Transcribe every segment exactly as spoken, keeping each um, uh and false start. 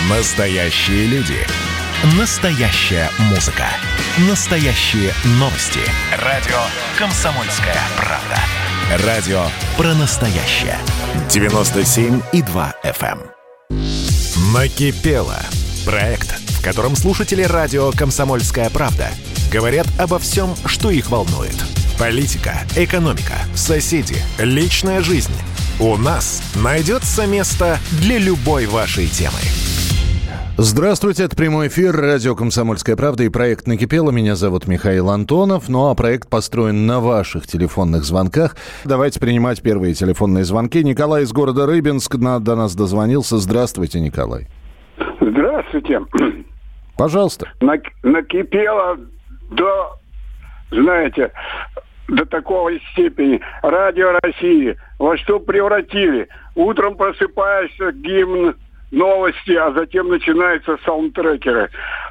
Настоящие люди. Настоящая музыка. Настоящие новости. Радио «Комсомольская правда». Радио про настоящее. девяносто семь и два эф эм. Накипело. Проект, в котором слушатели радио «Комсомольская правда» говорят обо всем, что их волнует. Политика, экономика, соседи, личная жизнь. У нас найдется место для любой вашей темы. Здравствуйте, это прямой эфир, радио «Комсомольская правда» и проект «Накипело». Меня зовут Михаил Антонов, ну а проект построен на ваших телефонных звонках. Давайте принимать первые телефонные звонки. Николай из города Рыбинск до нас дозвонился. Здравствуйте, Николай. Здравствуйте. Пожалуйста. Накипело до, знаете, до такой степени. Радио России. Во что превратили? Утром просыпаешься, гимн, новости, а затем начинаются саундтрекеры.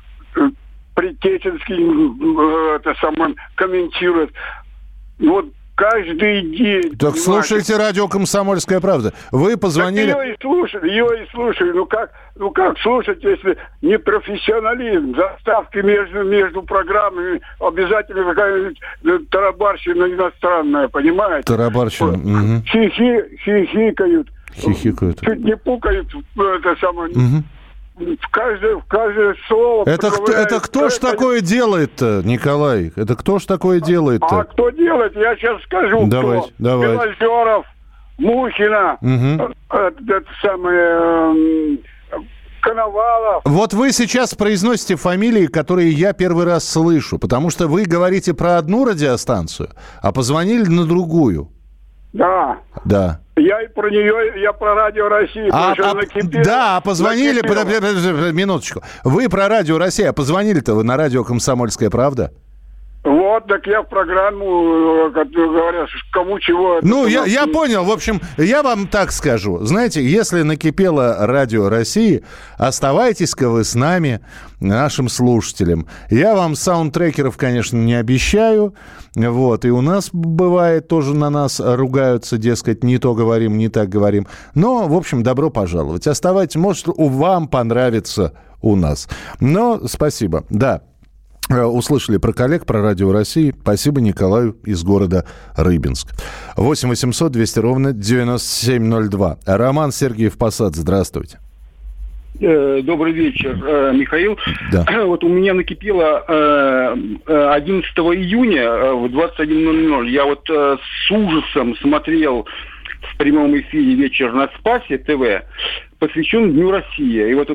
Притеченский это самое комментирует. Вот каждый день. Так понимаете? Слушайте радио «Комсомольская правда». Вы позвонили... Так ее и слушаю, ее и слушаю. Ну как, ну как слушать, если не профессионализм? Заставки между, между программами обязательно какая-нибудь тарабарщина иностранная, понимаете? Тарабарщина. Угу. Хихи, хихикают. Хихикают. Чуть не пукают, это самое... Угу. В каждое, в каждое слово... Это кто, это кто ж такое делает-то, Николай? Это кто ж такое делает-то? А кто делает? Я сейчас скажу, давайте, кто. Давайте. Белозеров, Мухина, угу. это, это самое... Коновалов. Вот вы сейчас произносите фамилии, которые я первый раз слышу, потому что вы говорите про одну радиостанцию, а позвонили на другую. Да. Да. Я и про нее, я про Радио России. А, а, накипело, да, позвонили, под, минуточку. Вы про Радио Россия, а позвонили-то вы на радио «Комсомольская правда»? Вот, так я в программу, как говорят, кому чего. Ну, я, я понял. В общем, я вам так скажу. Знаете, если накипело Радио России, оставайтесь-ка вы с нами, нашим слушателям. Я вам саундтрекеров, конечно, не обещаю. Вот. И у нас бывает тоже на нас ругаются, дескать, не то говорим, не так говорим. Но, в общем, добро пожаловать. Оставайтесь. Может, вам понравится у нас. Но спасибо. Да. Услышали про коллег, про Радио России. Спасибо Николаю из города Рыбинск. восемь восемьсот двести ровно девяносто семь ноль два. Роман Сергеев Посад, здравствуйте. Добрый вечер, Михаил. Да. Вот у меня накипело одиннадцатого июня в двадцать один ноль ноль. Я вот с ужасом смотрел в прямом эфире «Вечер на Спасе» ТВ, посвящен Дню России. И вот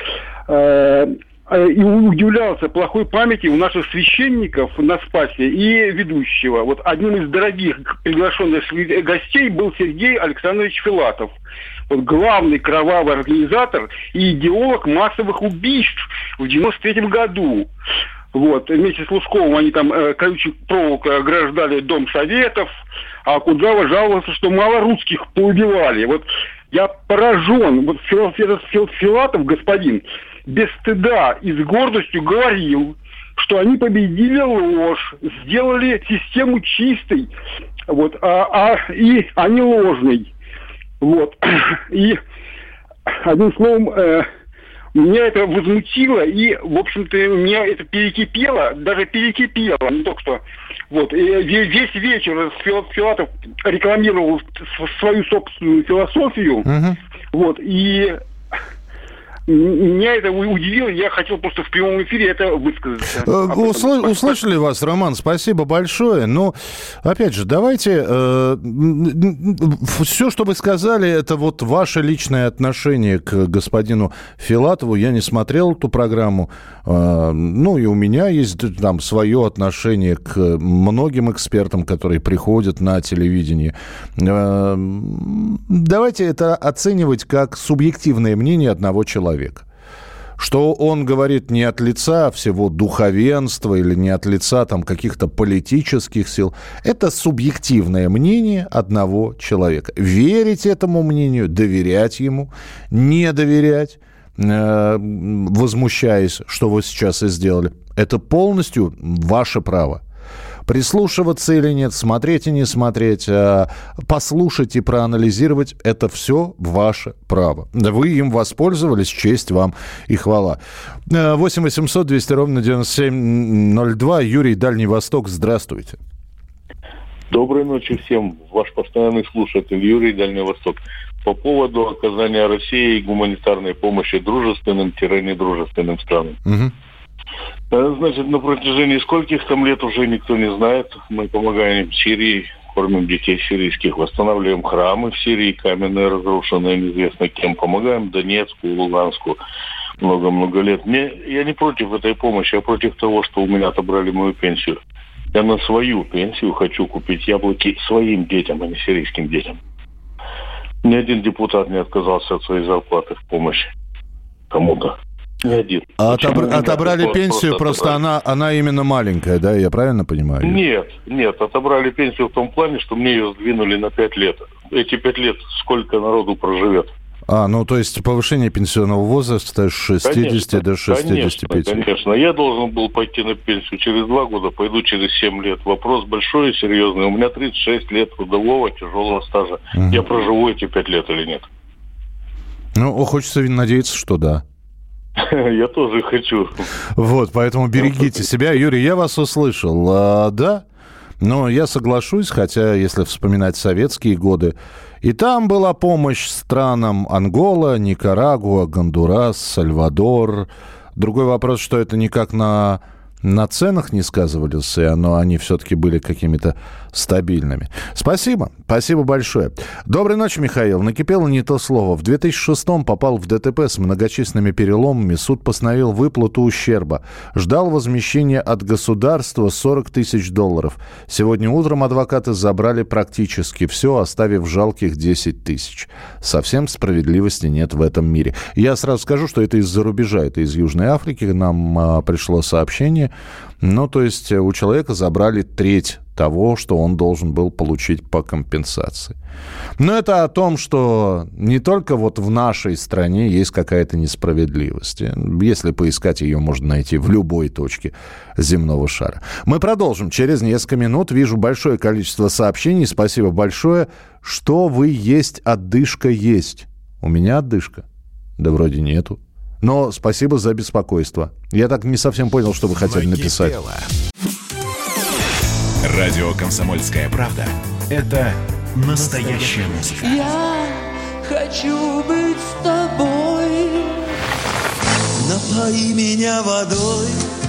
и удивлялся плохой памяти у наших священников на Спасе и ведущего. Вот одним из дорогих приглашенных гостей был Сергей Александрович Филатов. Вот главный кровавый организатор и идеолог массовых убийств в девяносто третьем году. Вот. Вместе с Лужковым они там э, колючей проволокой ограждали Дом Советов, а Кудрава жаловался, что мало русских поубивали. Вот я поражен. Вот Филатов, господин, без стыда и с гордостью говорил, что они победили ложь, сделали систему чистой, вот, а, а, и, а не ложной. Вот. И, одним словом, э, меня это возмутило, и, в общем-то, меня это перекипело, даже перекипело, не только что. Вот. И весь вечер Филатов рекламировал свою собственную философию, uh-huh. вот, и... Меня это удивило, я хотел просто в прямом эфире это высказать. Усл- услышали вас, Роман, спасибо большое. Но, опять же, давайте, э, все, что вы сказали, это вот ваше личное отношение к господину Филатову. Я не смотрел эту программу. Э, ну, и у меня есть там свое отношение к многим экспертам, которые приходят на телевидение. Э, давайте это оценивать как субъективное мнение одного человека. Что он говорит не от лица всего духовенства или не от лица там, каких-то политических сил. Это субъективное мнение одного человека. Верить этому мнению, доверять ему, не доверять, э, возмущаясь, что вы сейчас и сделали. Это полностью ваше право. Прислушиваться или нет, смотреть и не смотреть, послушать и проанализировать – это все ваше право. Вы им воспользовались, честь вам и хвала. восемь восемьсот двести ровно девяносто семь ноль два. Юрий, Дальний Восток, здравствуйте. Доброй ночи всем. Ваш постоянный слушатель Юрий, Дальний Восток. По поводу оказания России гуманитарной помощи дружественным-недружественным странам. Угу. Значит, на протяжении скольких там лет уже никто не знает. Мы помогаем Сирии, кормим детей сирийских, восстанавливаем храмы в Сирии, каменные, разрушенные, неизвестно кем. Помогаем Донецку, Луганску много-много лет. Мне, я не против этой помощи, я против того, что у меня отобрали мою пенсию. Я на свою пенсию хочу купить яблоки своим детям, а не сирийским детям. Ни один депутат не отказался от своей зарплаты в помощь кому-то. Ни один. А отобр... отобрали просто, пенсию, просто, просто она, она именно маленькая, да, я правильно понимаю? Нет, нет, отобрали пенсию в том плане, что мне ее сдвинули на пять лет. Эти пять лет сколько народу проживет? А, ну то есть повышение пенсионного возраста с шестидесяти конечно, до шестидесяти пяти. Конечно, конечно. Я должен был пойти на пенсию через два года, пойду через семь лет. Вопрос большой и серьезный. У меня тридцать шесть лет трудового тяжелого стажа. Угу. Я проживу эти пять лет или нет? Ну, хочется надеяться, что да. Я тоже хочу. Вот, поэтому берегите себя. Юрий, я вас услышал. А, да, но я соглашусь, хотя, если вспоминать советские годы, и там была помощь странам Ангола, Никарагуа, Гондурас, Сальвадор. Другой вопрос, что это никак на, на ценах не сказывались, но они все-таки были какими-то стабильными. Спасибо. Спасибо большое. Доброй ночи, Михаил. Накипело не то слово. В две тысячи шестом попал в ДТП с многочисленными переломами. Суд постановил выплату ущерба. Ждал возмещения от государства сорок тысяч долларов. Сегодня утром адвокаты забрали практически все, оставив жалких десять тысяч. Совсем справедливости нет в этом мире. Я сразу скажу, что это из-за рубежа. Это из Южной Африки. Нам а, пришло сообщение. Ну, то есть у человека забрали треть того, что он должен был получить по компенсации. Но это о том, что не только вот в нашей стране есть какая-то несправедливость. Если поискать, ее можно найти в любой точке земного шара. Мы продолжим через несколько минут. Вижу большое количество сообщений. Спасибо большое. Что вы есть, отдышка есть? У меня отдышка? Да вроде нету. Но спасибо за беспокойство. Я так не совсем понял, что вы хотели написать. Радио «Комсомольская правда» — это настоящая музыка. Я хочу быть с тобой. Напои меня водой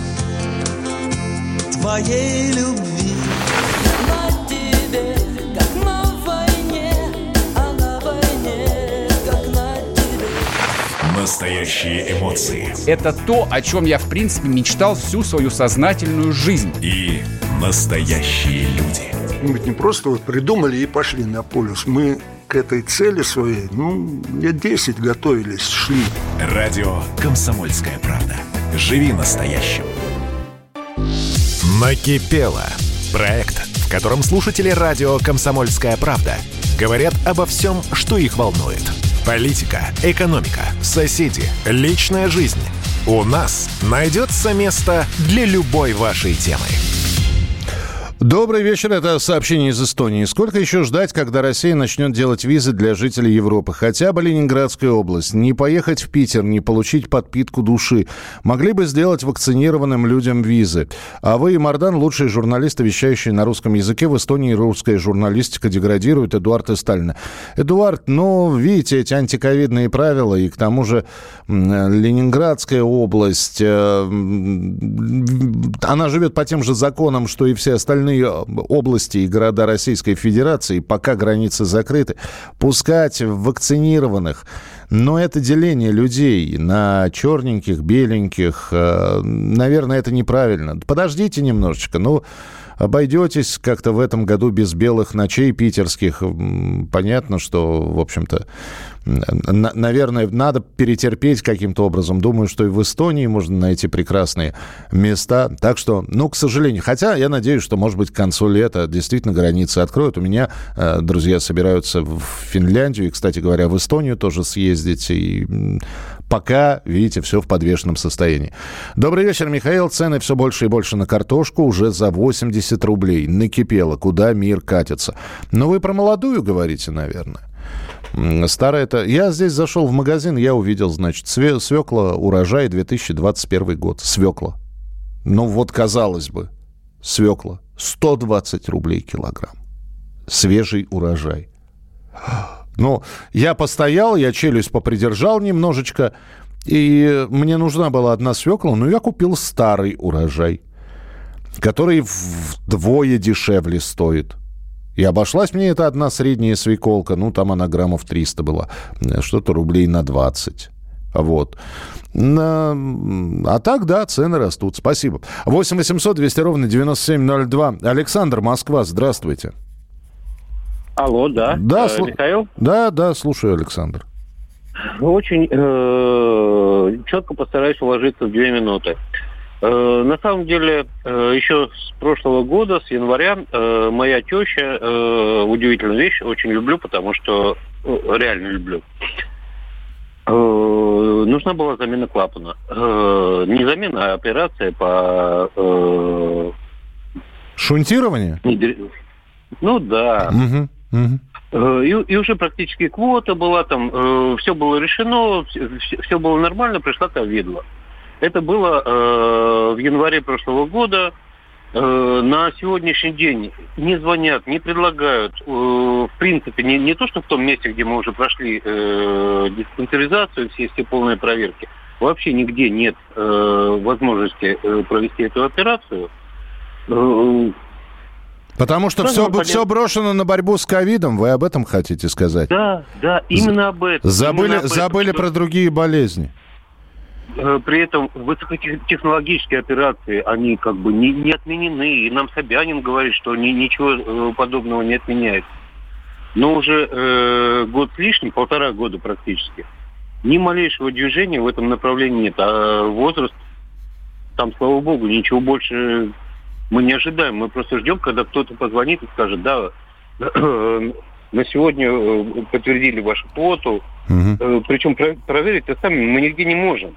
твоей любви. На тебе, как на войне, а на войне, как на тебе. Настоящие эмоции. Это то, о чем я, в принципе, мечтал всю свою сознательную жизнь. И настоящие люди. Мы ведь не просто вот придумали и пошли на полюс. Мы к этой цели своей, ну, лет десять готовились, шли. Радио «Комсомольская правда». Живи настоящим. Накипело. Проект, в котором слушатели радио «Комсомольская правда» говорят обо всем, что их волнует. Политика, экономика, соседи, личная жизнь. У нас найдется место для любой вашей темы. Добрый вечер, это сообщение из Эстонии. Сколько еще ждать, когда Россия начнет делать визы для жителей Европы? Хотя бы Ленинградская область. Не поехать в Питер, не получить подпитку души. Могли бы сделать вакцинированным людям визы. А вы, Мардан, лучшие журналисты, вещающие на русском языке. В Эстонии русская журналистика деградирует. Эдуард из Сталина. Эдуард, ну, видите, эти антиковидные правила, и к тому же Ленинградская область, она живет по тем же законам, что и все остальные области и города Российской Федерации, пока границы закрыты, пускать вакцинированных. Но это деление людей на черненьких, беленьких, наверное, это неправильно. Подождите немножечко, ну, обойдетесь как-то в этом году без белых ночей питерских. Понятно, что, в общем-то, на- наверное, надо перетерпеть каким-то образом. Думаю, что и в Эстонии можно найти прекрасные места. Так что, ну, к сожалению. Хотя я надеюсь, что, может быть, к концу лета действительно границы откроют. У меня э, друзья собираются в Финляндию и, кстати говоря, в Эстонию тоже съездить и пока, видите, все в подвешенном состоянии. Добрый вечер, Михаил. Цены все больше и больше на картошку, уже за восемьдесят рублей. Накипело. Куда мир катится? Ну, вы про молодую говорите, наверное. Старая-то... Я здесь зашел в магазин, я увидел, значит, све... свекла, урожай две тысячи двадцать первый год. Свекла. Ну, вот, казалось бы, свекла. сто двадцать рублей килограмм. Свежий урожай. Ну, я постоял, я челюсть попридержал немножечко, и мне нужна была одна свекла, но я купил старый урожай, который вдвое дешевле стоит. И обошлась мне эта одна средняя свеколка, ну, там она граммов триста была, что-то рублей на двадцать. Вот. На... А так, да, цены растут. Спасибо. восемь восемьсот двести ровно девяносто семь ноль два. Александр, Москва, здравствуйте. Алло, да. Да, э, слу... Михаил? Да, да, слушаю, Александр. Очень э, четко постараюсь уложиться в две минуты. Э, на самом деле, э, еще с прошлого года, с января, э, моя теща, э, удивительную вещь, очень люблю, потому что э, реально люблю. Э, нужна была замена клапана. Э, не замена, а операция по... Э, Шунтирование? Ну да. Угу, угу. И, и уже практически квота была, там э, все было решено, все, все было нормально, пришла ковидла. Это было э, в январе прошлого года. Э, на сегодняшний день не звонят, не предлагают, э, в принципе, не, не то, что в том месте, где мы уже прошли э, диспансеризацию, все, все полные проверки, вообще нигде нет э, возможности э, провести эту операцию. Э, Потому что все, все брошено на борьбу с ковидом, вы об этом хотите сказать? Да, да, именно об этом. Забыли, именно об этом, забыли что... про другие болезни. При этом высокотехнологические операции, они как бы не, не отменены. И нам Собянин говорит, что ни, ничего подобного не отменяется. Но уже э, год с лишним, полтора года практически, ни малейшего движения в этом направлении нет. А возраст, там, слава богу, ничего больше мы не ожидаем. Мы просто ждем, когда кто-то позвонит и скажет, да, на сегодня подтвердили вашу квоту. Угу. Причем проверить это сами мы нигде не можем.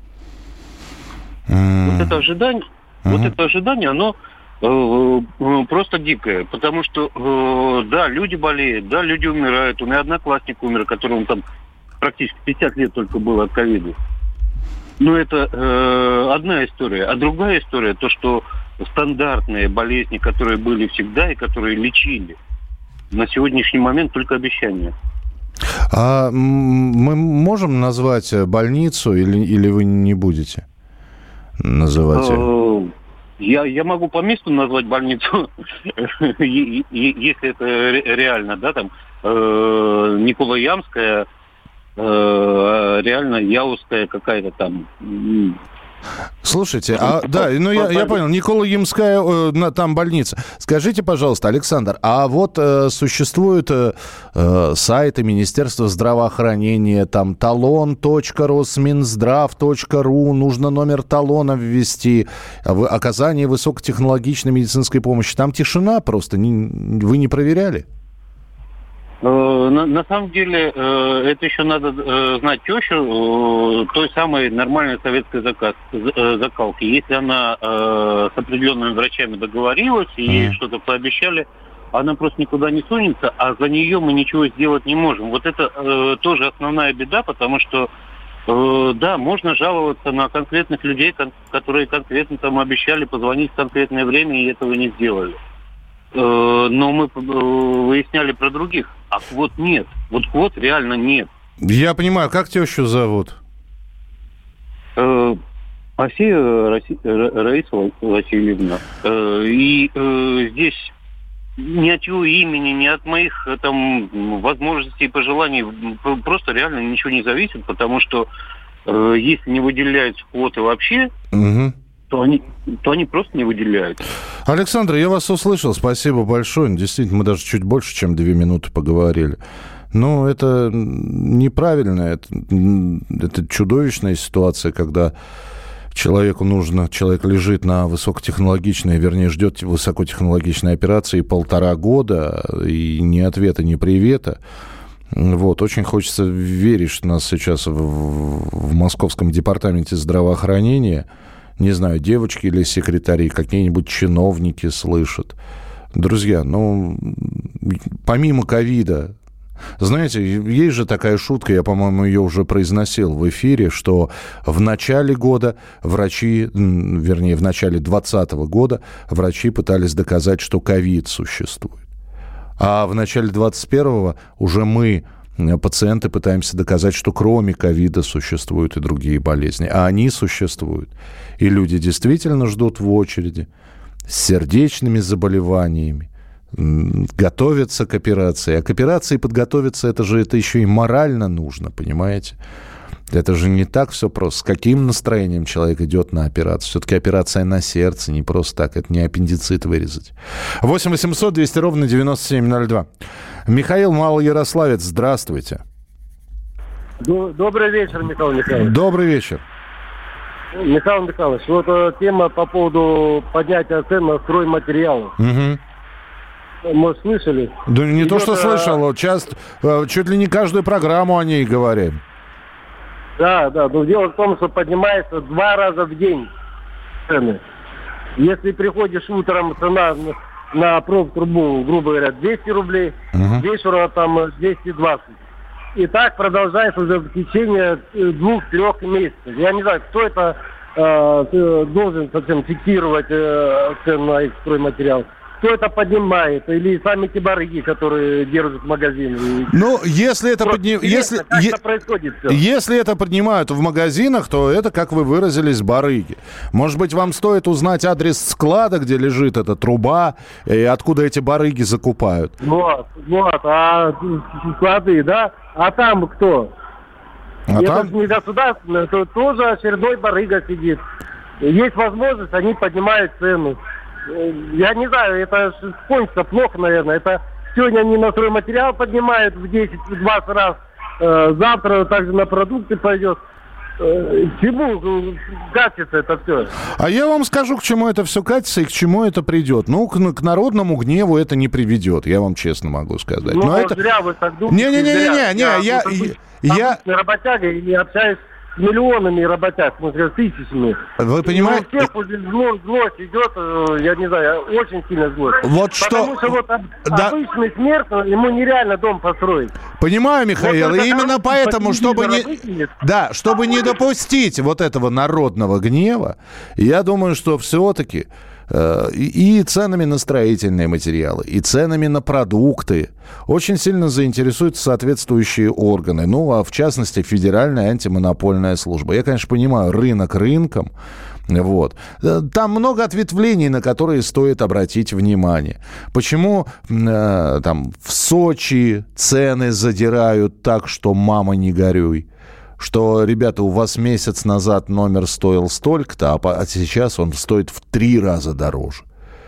Mm. Вот это ожидание, mm-hmm. вот это ожидание, оно э, просто дикое, потому что э, да, люди болеют, да, люди умирают. У меня одноклассник умер, которому там практически пятьдесят лет только было от ковида. Но это э, одна история. А другая история, то, что стандартные болезни, которые были всегда и которые лечили, на сегодняшний момент только обещания. А мы можем назвать больницу или, или вы не будете называть? Я, я могу по месту назвать больницу, если это реально, да, там Николаямская, реально Яузская какая-то там. Слушайте, а, да, ну я, я понял, Николаемская, э, там больница. Скажите, пожалуйста, Александр, а вот э, существуют э, сайты Министерства здравоохранения, там талон точка росминздрав точка ру, нужно номер талона ввести, оказание высокотехнологичной медицинской помощи. Там тишина просто, не, вы не проверяли? На, на самом деле, это еще надо знать тещу той самой нормальной советской заказ, закалки. Если она с определенными врачами договорилась и ей mm. что-то пообещали, она просто никуда не сунется, а за нее мы ничего сделать не можем. Вот это тоже основная беда, потому что, да, можно жаловаться на конкретных людей, которые конкретно там обещали позвонить в конкретное время и этого не сделали. Но мы выясняли про других, а квот нет. Вот квот реально нет. Я понимаю, как тещу зовут? Асия Раиса Васильевна. И здесь ни от его имени, ни от моих там возможностей и пожеланий просто реально ничего не зависит, потому что если не выделяются квоты вообще... Угу. То они, то они просто не выделяют. Александр, я вас услышал. Спасибо большое. Действительно, мы даже чуть больше, чем две минуты поговорили. Но это неправильно. Это, это чудовищная ситуация, когда человеку нужно... Человек лежит на высокотехнологичной, вернее, ждет высокотехнологичной операции полтора года, и ни ответа, ни привета. Вот, очень хочется верить, что нас сейчас в, в Московском департаменте здравоохранения, не знаю, девочки или секретари, какие-нибудь чиновники слышат. Друзья, ну, помимо ковида, знаете, есть же такая шутка, я, по-моему, ее уже произносил в эфире, что в начале года врачи, вернее, в начале двадцатого года врачи пытались доказать, что ковид существует. А в начале двадцать первого уже мы, пациенты, пытаемся доказать, что кроме ковида существуют и другие болезни. А они существуют. И люди действительно ждут в очереди с сердечными заболеваниями, готовятся к операции. А к операции подготовиться, это же это еще и морально нужно, понимаете? Это же не так все просто. С каким настроением человек идет на операцию? Все-таки операция на сердце, не просто так. Это не аппендицит вырезать. восемь восемьсот двести ровно девяносто семь ноль два. Михаил Малоярославец, здравствуйте. Добрый вечер, Михаил Михайлович. Добрый вечер. Михаил Михайлович, вот э, тема по поводу поднятия цен на стройматериалы. Угу. Может, слышали? Да не Идет, то, что э... слышал, вот часто, э, чуть ли не каждую программу о ней говорим. Да, да, но дело в том, что поднимается два раза в день цены. Если приходишь утром, цена на, на профтрубу, грубо говоря, двести рублей, uh-huh. вечером там двести двадцать. И так продолжается уже в течение двух-трех месяцев. Я не знаю, кто это э, должен совсем фиксировать э, цену на их стройматериал. Кто это поднимает? Или сами те барыги, которые держат магазины? Ну, если это, подни... если... Как е... это происходит все? Если это поднимают в магазинах, то это, как вы выразились, барыги. Может быть, вам стоит узнать адрес склада, где лежит эта труба, и откуда эти барыги закупают? Вот, вот, а склады, да? А там кто? А это там... же не государственное, это тоже очередной барыга сидит. Есть возможность, они поднимают цену. Я не знаю, это кончится плохо, наверное. Это сегодня они на стройматериал поднимают в десять-двадцать раз. Э, завтра также на продукты пойдет. Э, чему катится это все? А я вам скажу, к чему это все катится и к чему это придет. Ну, к, к народному гневу это не приведет, я вам честно могу сказать. Ну, Но это... зря вы так думаете. Не-не-не-не, я... я, я... я... работяга и общаюсь с миллионами работяг, мы сказать, тысячами. Вы понимаете? У всех уже зло, злость идет, я не знаю, очень сильно злость. Вот Потому что... что вот да. обычный смертный, ему нереально дом построить. Понимаю, Михаил, вот и именно поэтому, чтобы не... выкинет. Да, чтобы не допустить вот этого народного гнева, я думаю, что все-таки э, и ценами на строительные материалы, и ценами на продукты очень сильно заинтересуются соответствующие органы. Ну, а в частности, Федеральная антимонопольная служба. Я, конечно, понимаю, рынок рынком. Вот. Там много ответвлений, на которые стоит обратить внимание. Почему э, там в Сочи цены задирают так, что мама не горюй? Что, ребята, у вас месяц назад номер стоил столько-то, а сейчас он стоит в три раза дороже.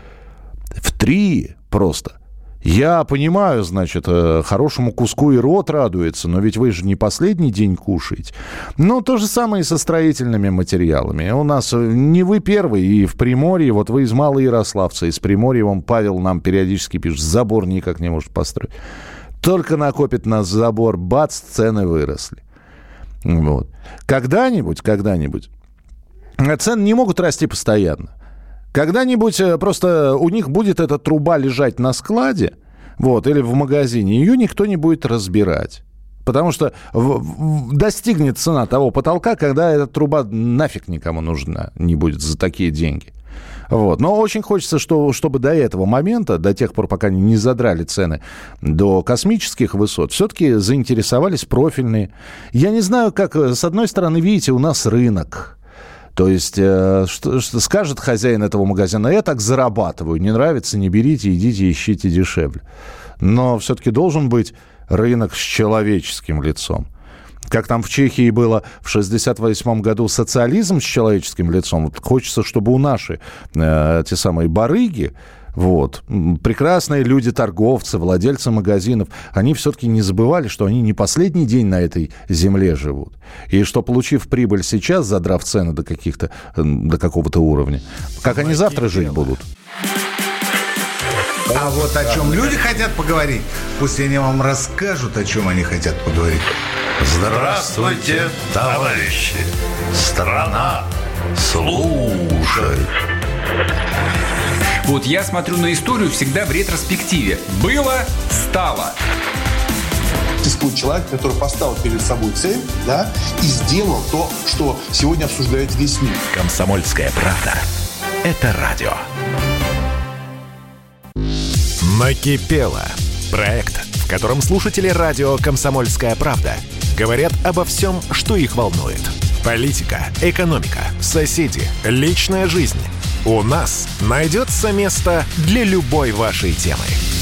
В три просто. Я понимаю, значит, хорошему куску и рот радуется, но ведь вы же не последний день кушаете. Но то же самое и со строительными материалами. У нас не вы первый, и в Приморье, вот вы из Малоярославца, из Приморья, вам Павел нам периодически пишет, забор никак не может построить. Только накопит нас забор, бац, цены выросли. Вот. Когда-нибудь, когда-нибудь цены не могут расти постоянно. Когда-нибудь просто у них будет эта труба лежать на складе, вот, или в магазине, ее никто не будет разбирать. Потому что в, в, достигнет цена того потолка, когда эта труба нафиг никому нужна не будет за такие деньги. Вот. Но очень хочется, что, чтобы до этого момента, до тех пор, пока не задрали цены до космических высот, все-таки заинтересовались профильные. Я не знаю, как... С одной стороны, видите, у нас рынок. То есть, э, что, что скажет хозяин этого магазина, я так зарабатываю, не нравится, не берите, идите, ищите дешевле. Но все-таки должен быть рынок с человеческим лицом. Как там в Чехии было в шестьдесят восьмом году социализм с человеческим лицом, вот хочется, чтобы у наши э, те самые барыги, вот, прекрасные люди, торговцы, владельцы магазинов, они все-таки не забывали, что они не последний день на этой земле живут. И что, получив прибыль сейчас, задрав цены до каких-то, до какого-то уровня, как они завтра жить будут? А вот о чем люди хотят поговорить, пусть они вам расскажут, о чем они хотят поговорить. Здравствуйте, товарищи! Страна слушает. Вот я смотрю на историю всегда в ретроспективе. Было, стало. Существует человек, который поставил перед собой цель, да, и сделал то, что сегодня обсуждает весь мир. «Комсомольская правда». Это радио. Накипело. Проект, в котором слушатели радио «Комсомольская правда» говорят обо всем, что их волнует. Политика, экономика, соседи, личная жизнь. У нас найдется место для любой вашей темы.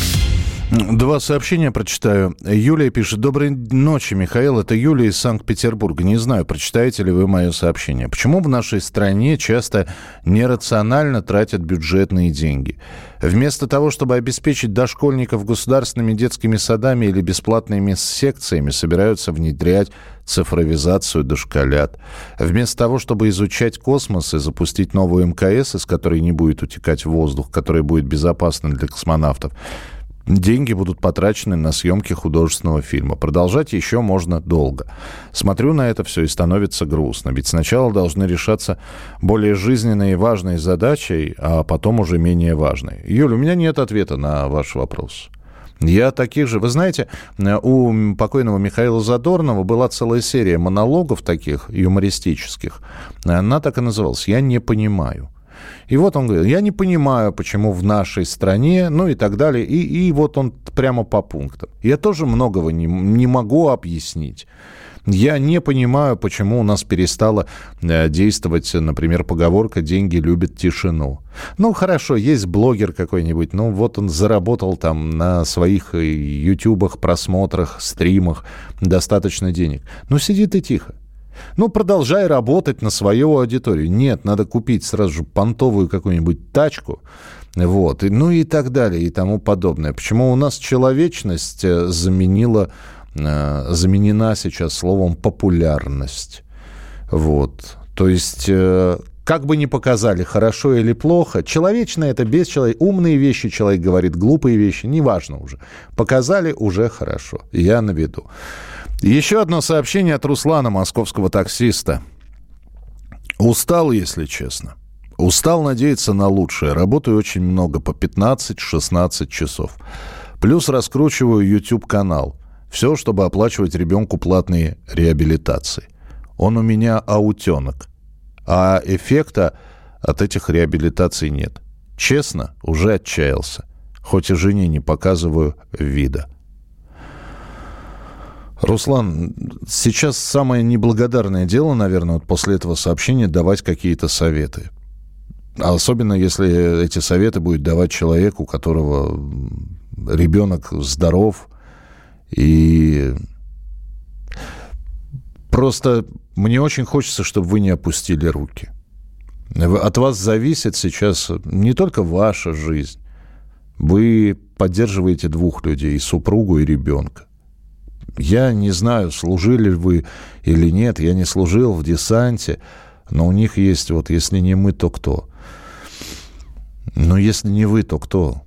Два сообщения прочитаю. Юлия пишет: доброй ночи, Михаил. Это Юлия из Санкт-Петербурга. Не знаю, прочитаете ли вы мое сообщение. Почему в нашей стране часто нерационально тратят бюджетные деньги? Вместо того, чтобы обеспечить дошкольников государственными детскими садами или бесплатными секциями, собираются внедрять цифровизацию дошколят. Вместо того, чтобы изучать космос и запустить новую эм ка эс, из которой не будет утекать воздух, которая будет безопасна для космонавтов, деньги будут потрачены на съемки художественного фильма. Продолжать еще можно долго. Смотрю на это все и становится грустно. Ведь сначала должны решаться более жизненные и важные задачи, а потом уже менее важные. Юля, у меня нет ответа на ваш вопрос. Я таких же... Вы знаете, у покойного Михаила Задорнова была целая серия монологов таких юмористических. Она так и называлась «Я не понимаю». И вот он говорит: я не понимаю, почему в нашей стране, ну и так далее. И, и вот он прямо по пунктам. Я тоже многого не, не могу объяснить. Я не понимаю, почему у нас перестала действовать, например, поговорка «деньги любят тишину». Ну, хорошо, есть блогер какой-нибудь, ну, вот он заработал там на своих ютубах, просмотрах, стримах достаточно денег. Ну, сидит и тихо. Ну, продолжай работать на свою аудиторию. Нет, надо купить сразу же понтовую какую-нибудь тачку. Вот, и, ну и так далее, и тому подобное. Почему у нас человечность заменила, э, заменена сейчас словом популярность? Вот, то есть... Э, Как бы ни показали, хорошо или плохо, человечное это без человека. Умные вещи человек говорит, глупые вещи, неважно уже. Показали уже хорошо. Я на виду. Еще одно сообщение от Руслана, московского таксиста. Устал, если честно. Устал надеяться на лучшее. Работаю очень много, по пятнадцать-шестнадцать часов. Плюс раскручиваю YouTube-канал. Все, чтобы оплачивать ребенку платные реабилитации. Он у меня аутенок. А эффекта от этих реабилитаций нет. Честно, уже отчаялся. Хоть и жене не показываю вида. Руслан, сейчас самое неблагодарное дело, наверное, вот после этого сообщения давать какие-то советы. Особенно, если эти советы будет давать человек, у которого ребенок здоров. И просто мне очень хочется, чтобы вы не опустили руки. От вас зависит сейчас не только ваша жизнь. Вы поддерживаете двух людей, супругу и ребенка. Я не знаю, служили вы или нет, я не служил в десанте, но у них есть вот, если не мы, то кто? Но если не вы, то кто?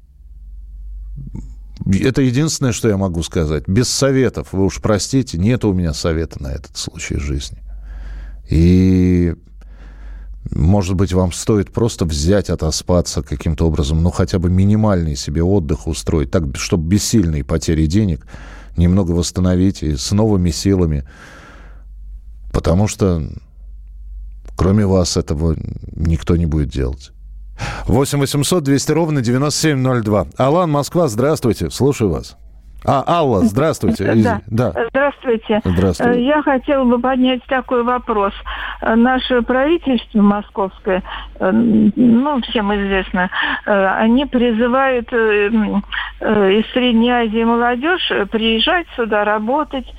Это единственное, что я могу сказать. Без советов, вы уж простите, нет у меня совета на этот случай жизни. И, может быть, вам стоит просто взять, отоспаться каким-то образом, ну, хотя бы минимальный себе отдых устроить, так, чтобы без сильной потери денег немного восстановить и с новыми силами. Потому что кроме вас этого никто не будет делать. восемь восемьсот двести ровно девяносто семь ноль два. Алан, Москва, здравствуйте, слушаю вас. А, Алла, здравствуйте. Да. да. Здравствуйте. Здравствуйте. Я хотела бы поднять такой вопрос. Наше правительство московское, ну, всем известно, они призывают из Средней Азии молодежь приезжать сюда, работать.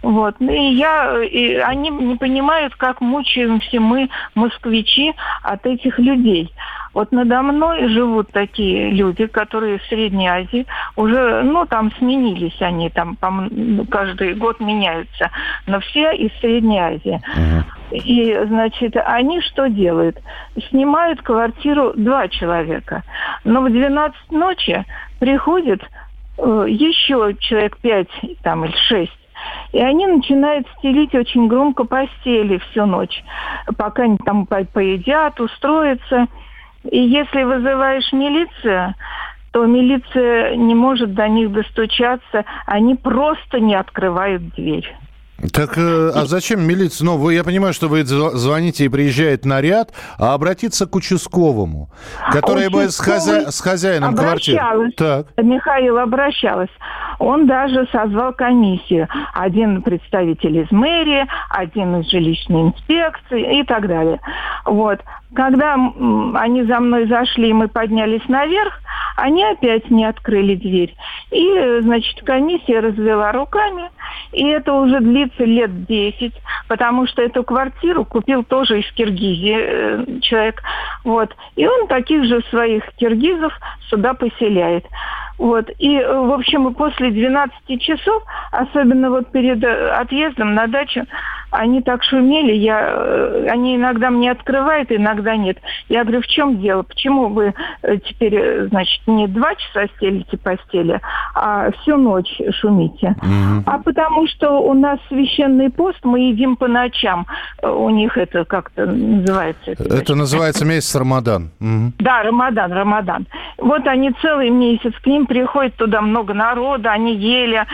Вот. И я, и они не понимают, как мучаемся мы, москвичи, от этих людей. Вот надо мной живут такие люди, которые в Средней Азии уже, ну, там сменились они, там каждый год меняются, но все из Средней Азии. И, значит, они что делают? Снимают квартиру два человека, но в двенадцать ночи приходит э, еще человек пять там, или шесть. И они начинают стелить очень громко постели всю ночь, пока они там поедят, устроятся. И если вызываешь милицию, то милиция не может до них достучаться, они просто не открывают дверь. Так, а зачем милиция? Ну, вы, я понимаю, что вы звоните и приезжает наряд, а обратиться к участковому, который будет с, хозя... с хозяином квартиры. Так. Михаил обращалась. Он даже созвал комиссию. Один представитель из мэрии, один из жилищной инспекции и так далее. Вот. Когда они за мной зашли, и мы поднялись наверх, они опять не открыли дверь. И, значит, комиссия развела руками, и это уже длится лет десять, потому что эту квартиру купил тоже из Киргизии э, человек. Вот. И он таких же своих киргизов сюда поселяет. Вот. И, в общем, после двенадцати часов, особенно вот перед отъездом на дачу, они так шумели, я, они иногда мне открывают, иногда нет. Я говорю, в чем дело? Почему вы теперь, значит, не два часа стелите постели, а всю ночь шумите? Mm-hmm. А потому что у нас священный пост, мы едим по ночам. У них это как-то называется. Это, это называется месяц Рамадан. Mm-hmm. Да, Рамадан, Рамадан. Вот они целый месяц, к ним приходит туда много народа, они ели,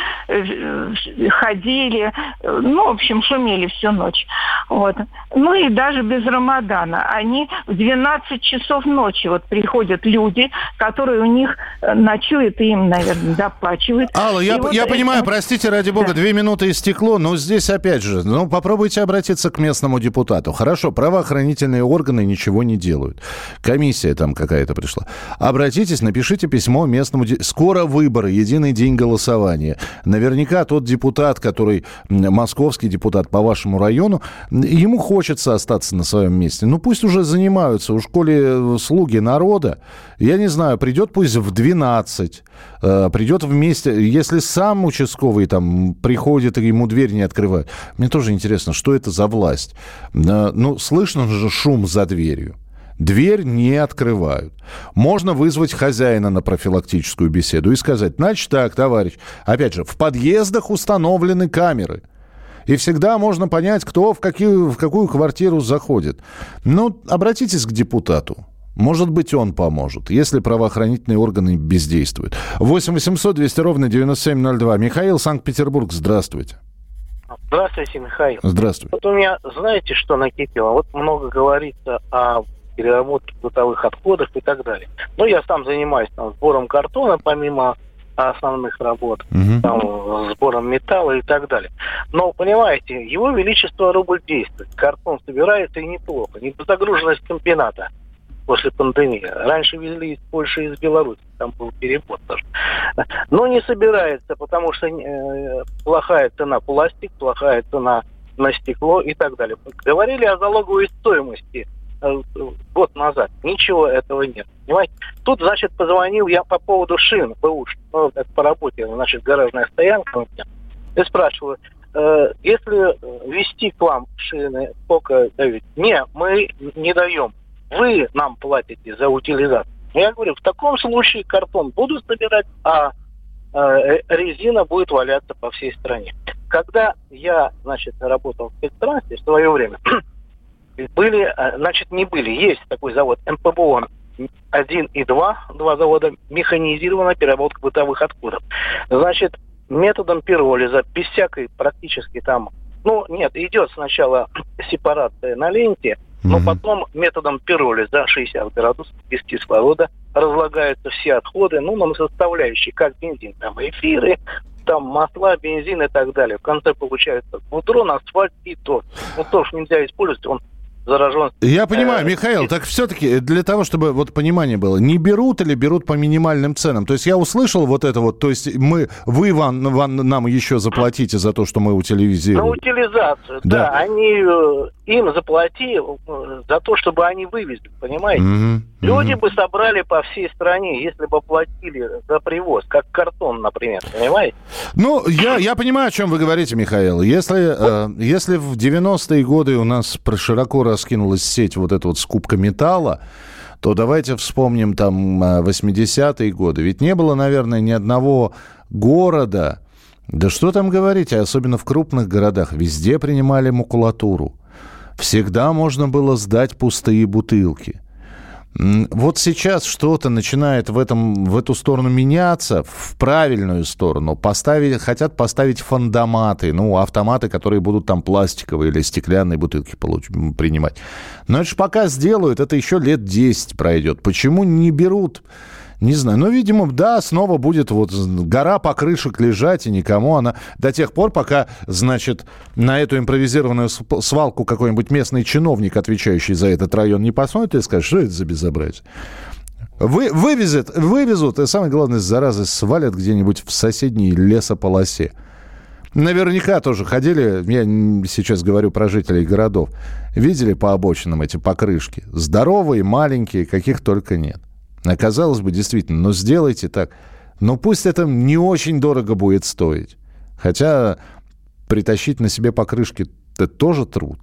ходили, ну, в общем, шумели всю ночь. Вот. Ну и даже без Рамадана. Они в двенадцать часов ночи вот приходят люди, которые у них ночуют, и им, наверное, доплачивают. Алла, я, вот я это... понимаю, простите, ради бога, да. Две минуты истекло, но здесь опять же, ну, попробуйте обратиться к местному депутату. Хорошо, правоохранительные органы ничего не делают. Комиссия там какая-то пришла. Обратитесь, напишите письмо местному... Скоро выборы, единый день голосования. Наверняка тот депутат, который московский депутат по вашему району, ему хочется остаться на своем месте. Ну, пусть уже занимаются. Уж коли слуги народа, я не знаю, придет пусть в двенадцать, э, придет вместе. Если сам участковый там приходит и ему дверь не открывают. Мне тоже интересно, что это за власть? Э, ну, слышно же шум за дверью. Дверь не открывают. Можно вызвать хозяина на профилактическую беседу и сказать, значит так, товарищ, опять же, в подъездах установлены камеры. И всегда можно понять, кто в, какие, в какую квартиру заходит. Ну, обратитесь к депутату. Может быть, он поможет, если правоохранительные органы бездействуют. восемь восемьсот двести ровно девяносто семь ноль два. Михаил, Санкт-Петербург, здравствуйте. Здравствуйте, Михаил. Здравствуйте. Вот у меня, знаете, что накипело? Вот много говорится о переработке бытовых отходов и так далее. Но я сам занимаюсь там, сбором картона, помимо основных работ, uh-huh. там, сбором металла и так далее. Но, понимаете, его величество рубль действует. Картон собирается и неплохо. Недозагруженность комбината после пандемии. Раньше везли из Польши и из Беларуси. Там был перевод даже. Но не собирается, потому что э, плохая цена пластик, плохая цена на стекло и так далее. Говорили о залоговой стоимости год назад. Ничего этого нет. Понимаете? Тут, значит, позвонил я по поводу шин, бэушных, ну, это по работе, значит, гаражная стоянка у меня. И спрашиваю, э, если везти к вам шины, сколько даете? Не, мы не даем. Вы нам платите за утилизацию. Я говорю, в таком случае картон буду собирать, а э, резина будет валяться по всей стране. Когда я, значит, работал в спецтрансе в свое время, были, значит, не были. Есть такой завод эм пэ бэ о один и два, два завода, механизированная переработка бытовых отходов. Значит, методом пиролиза, без всякой практически там... Ну, нет, идет сначала сепарация на ленте, но потом методом пиролиза шестьдесят градусов без кислорода разлагаются все отходы, ну, на составляющие, как бензин, там эфиры, там масла, бензин и так далее. В конце получается гудрон, асфальт и торф. Ну, торф нельзя использовать, он заражен. Я понимаю, Михаил, так все-таки для того, чтобы вот понимание было, не берут или берут по минимальным ценам? То есть я услышал вот это вот, то есть мы, вы, Ван, Ван, нам еще заплатите за то, что мы утилизируем. На утилизацию, да. да. Они, им заплати за то, чтобы они вывезли, понимаете? Mm-hmm. Люди mm-hmm. бы собрали по всей стране, если бы платили за привоз, как картон, например, понимаете? Ну, я, я понимаю, о чем вы говорите, Михаил. Если, э, если в девяностые годы у нас широко раскинулась сеть вот эта вот скупка металла, то давайте вспомним там восьмидесятые годы. Ведь не было, наверное, ни одного города, да что там говорить, особенно в крупных городах, везде принимали макулатуру. Всегда можно было сдать пустые бутылки. Вот сейчас что-то начинает в, этом, в эту сторону меняться, в правильную сторону. Поставить, хотят поставить фандоматы, ну, автоматы, которые будут там пластиковые или стеклянные бутылки получ- принимать. Но это же пока сделают, это еще лет десять пройдет. Почему не берут? Не знаю. Ну, видимо, да, снова будет вот гора покрышек лежать, и никому она... До тех пор, пока, значит, на эту импровизированную свалку какой-нибудь местный чиновник, отвечающий за этот район, не посмотрит и скажет, что это за безобразие. Вы, вывезет, вывезут, и самое главное, заразы свалят где-нибудь в соседней лесополосе. Наверняка тоже ходили, я сейчас говорю про жителей городов, видели по обочинам эти покрышки. Здоровые, маленькие, каких только нет. Казалось бы, действительно, но сделайте так. Но пусть это не очень дорого будет стоить. Хотя притащить на себе покрышки – это тоже труд.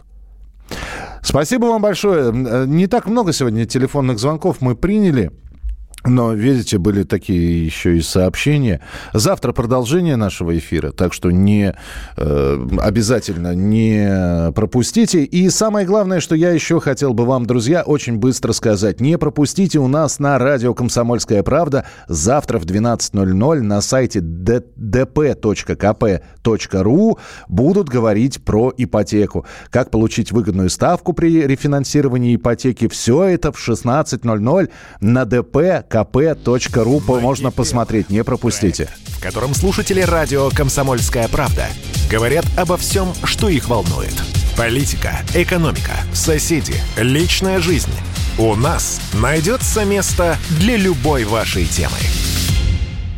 Спасибо вам большое. Не так много сегодня телефонных звонков мы приняли. Но, видите, были такие еще и сообщения. Завтра продолжение нашего эфира, так что не, э, обязательно не пропустите. И самое главное, что я еще хотел бы вам, друзья, очень быстро сказать. Не пропустите у нас на радио «Комсомольская правда» завтра в двенадцать ноль ноль на сайте ди пи точка ка пэ точка ру будут говорить про ипотеку. Как получить выгодную ставку при рефинансировании ипотеки. Все это в шестнадцать ноль ноль на ди пи ка пэ точка ру можно посмотреть, не пропустите. В котором слушатели радио «Комсомольская правда» говорят обо всем, что их волнует. Политика, экономика, соседи, личная жизнь. У нас найдется место для любой вашей темы.